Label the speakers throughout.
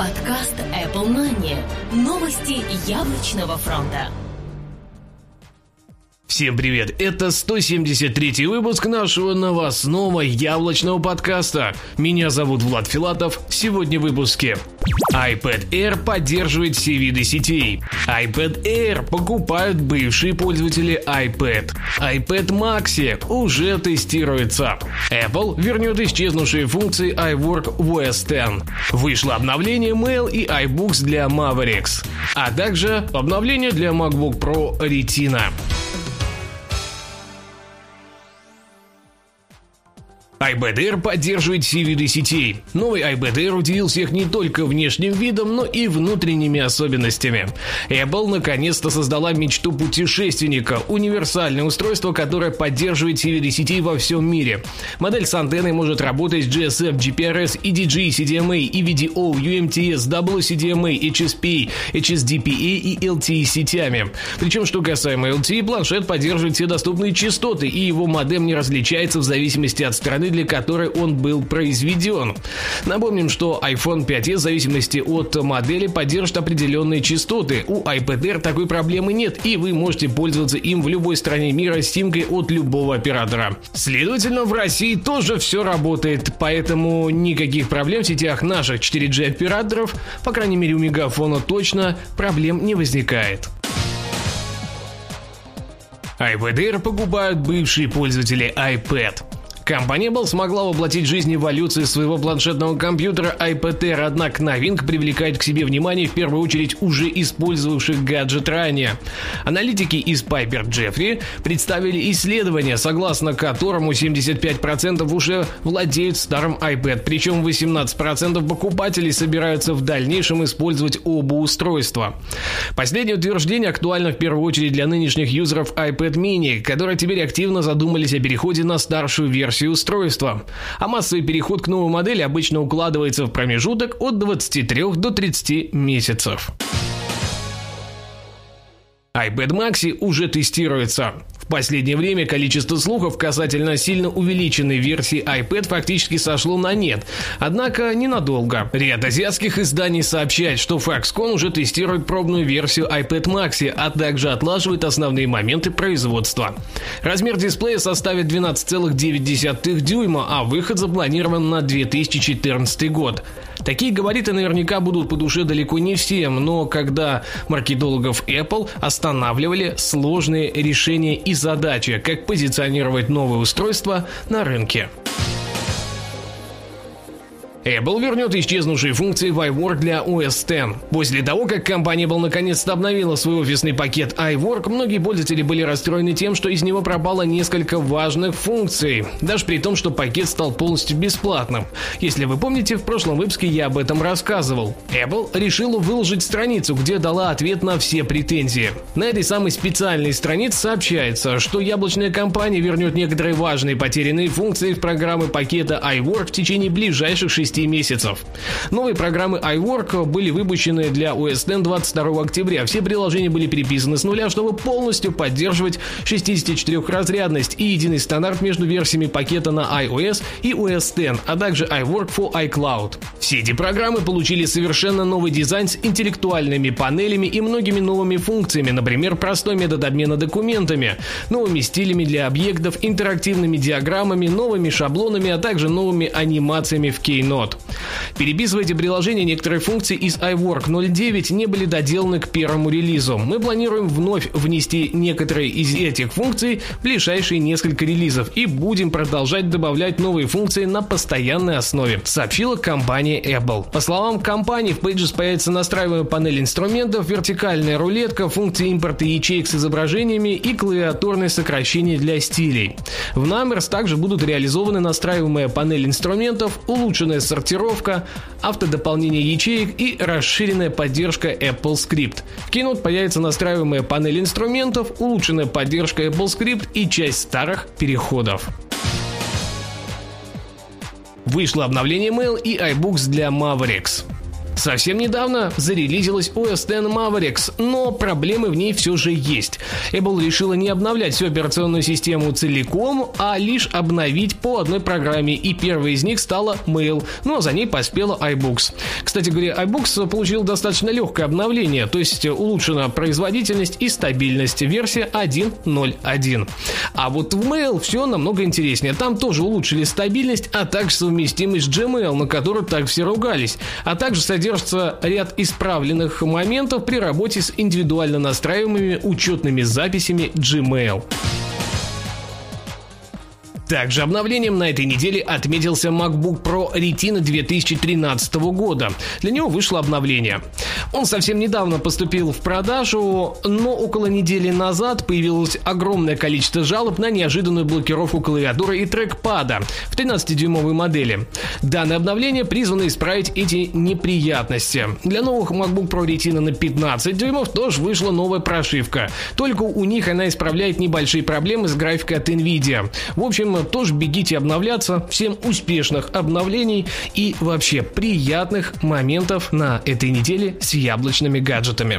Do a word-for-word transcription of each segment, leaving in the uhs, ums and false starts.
Speaker 1: Подкаст Apple Money. Новости яблочного фронта.
Speaker 2: Всем привет! Это сто семьдесят третий выпуск нашего новостного яблочного подкаста. Меня зовут Влад Филатов. Сегодня в выпуске. iPad Air поддерживает все виды сетей. iPad Air покупают бывшие пользователи iPad. iPad Maxi уже тестируется. Apple вернет исчезнувшие функции iWork в о эс десять. Вышло обновление Mail и iBooks для Mavericks. А также обновление для MacBook Pro Retina. iPad Air поддерживает все виды сетей. Новый iPad Air удивил всех не только внешним видом, но и внутренними особенностями. Apple наконец-то создала мечту путешественника – универсальное устройство, которое поддерживает все виды сетей во всем мире. Модель с антенной может работать с джи эс эм, джи пи ар эс, и ди джи, си ди эм эй, и ви ди о, ю эм ти эс, дабл ю си ди эм эй, эйч эс пи, эйч эс ди пи эй и эл ти и сетями. Причем, что касаемо эл ти и, планшет поддерживает все доступные частоты, и его модем не различается в зависимости от страны, для которой он был произведен. Напомним, что iPhone пять эс в зависимости от модели поддержит определенные частоты. У iPad Air такой проблемы нет, и вы можете пользоваться им в любой стране мира с симкой от любого оператора. Следовательно, в России тоже все работает, поэтому никаких проблем в сетях наших четыре джи операторов, по крайней мере у Мегафона точно, проблем не возникает. iPad Air покупают бывшие пользователи iPad. Компания Apple смогла воплотить в жизнь эволюцию своего планшетного компьютера iPad Air, однако новинка привлекает к себе внимание в первую очередь уже использовавших гаджет ранее. Аналитики из Piper Jeffrey представили исследование, согласно которому семьдесят пять процентов уже владеют старым iPad, причем восемнадцать процентов покупателей собираются в дальнейшем использовать оба устройства. Последнее утверждение актуально в первую очередь для нынешних юзеров iPad mini, которые теперь активно задумались о переходе на старшую версию устройства, а массовый переход к новой модели обычно укладывается в промежуток от двадцати трёх до тридцати месяцев. iPad Maxi уже тестируется. В последнее время количество слухов касательно сильно увеличенной версии iPad фактически сошло на нет, однако ненадолго. Ряд азиатских изданий сообщает, что Foxconn уже тестирует пробную версию iPad Maxi, а также отлаживает основные моменты производства. Размер дисплея составит двенадцать целых девять десятых дюйма, а выход запланирован на две тысячи четырнадцатый год. Такие габариты наверняка будут по душе далеко не всем, но когда маркетологов Apple останавливали сложные решения и задачи, как позиционировать новое устройство на рынке. Apple вернет исчезнувшие функции в iWork для о эс десять. После того, как компания Apple наконец-то обновила свой офисный пакет iWork, многие пользователи были расстроены тем, что из него пропало несколько важных функций, даже при том, что пакет стал полностью бесплатным. Если вы помните, в прошлом выпуске я об этом рассказывал. Apple решила выложить страницу, где дала ответ на все претензии. На этой самой специальной странице сообщается, что яблочная компания вернет некоторые важные потерянные функции в программы пакета iWork в течение ближайших шести месяцев. Новые программы iWork были выпущены для о эс десять двадцать второго октября. Все приложения были переписаны с нуля, чтобы полностью поддерживать шестидесятичетырёхразрядность и единый стандарт между версиями пакета на iOS и о эс десять, а также iWork for iCloud. Все эти программы получили совершенно новый дизайн с интеллектуальными панелями и многими новыми функциями, например, простой метод обмена документами, новыми стилями для объектов, интерактивными диаграммами, новыми шаблонами, а также новыми анимациями в Keynote. Переписывая эти приложения, некоторые функции из iWork ноль девять не были доделаны к первому релизу. Мы планируем вновь внести некоторые из этих функций в ближайшие несколько релизов и будем продолжать добавлять новые функции на постоянной основе, сообщила компания Apple. По словам компании, в Pages появится настраиваемая панель инструментов, вертикальная рулетка, функции импорта ячеек с изображениями и клавиатурное сокращение для стилей. В Numbers также будут реализованы настраиваемая панель инструментов, улучшенная сортировка, автодополнение ячеек и расширенная поддержка Apple Script. В Keynote появится настраиваемая панель инструментов, улучшенная поддержка Apple Script и часть старых переходов. Вышло обновление Mail и iBooks для Mavericks. Совсем недавно зарелизилась о эс X Mavericks, но проблемы в ней все же есть. Apple решила не обновлять всю операционную систему целиком, а лишь обновить по одной программе, и первой из них стала Mail, ну а за ней поспела iBooks. Кстати говоря, iBooks получил достаточно легкое обновление, то есть улучшена производительность и стабильность, версия один ноль один. А вот в Mail все намного интереснее, там тоже улучшили стабильность, а также совместимость с Gmail, на которую так все ругались, а также содержится ряд исправленных моментов при работе с индивидуально настраиваемыми учетными записями Gmail. Также обновлением на этой неделе отметился MacBook Pro Retina две тысячи тринадцатого года. Для него вышло обновление. Он совсем недавно поступил в продажу, но около недели назад появилось огромное количество жалоб на неожиданную блокировку клавиатуры и трекпада в тринадцатидюймовой модели. Данное обновление призвано исправить эти неприятности. Для новых MacBook Pro Retina на пятнадцать дюймов тоже вышла новая прошивка. Только у них она исправляет небольшие проблемы с графикой от NVIDIA. В общем, тоже бегите обновляться. Всем успешных обновлений и вообще приятных моментов на этой неделе с яблочными гаджетами.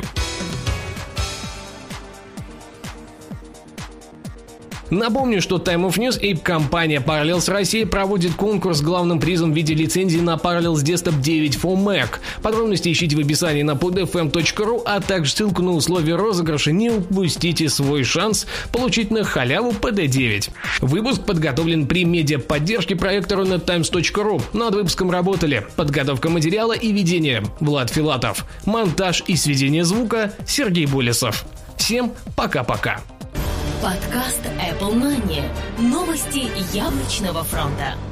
Speaker 2: Напомню, что Time of News и компания Parallels Россия проводит конкурс с главным призом в виде лицензии на Parallels Desktop девять for Mac. Подробности ищите в описании на под эф эм точка ру, а также ссылку на условия розыгрыша. Не упустите свой шанс получить на халяву пи ди девять. Выпуск подготовлен при медиаподдержке проекта рунет таймс точка ру. Над выпуском работали подготовка материала и ведение Влад Филатов, монтаж и сведение звука Сергей Болесов. Всем пока-пока.
Speaker 1: Подкаст Apple Money. Новости яблочного фронта.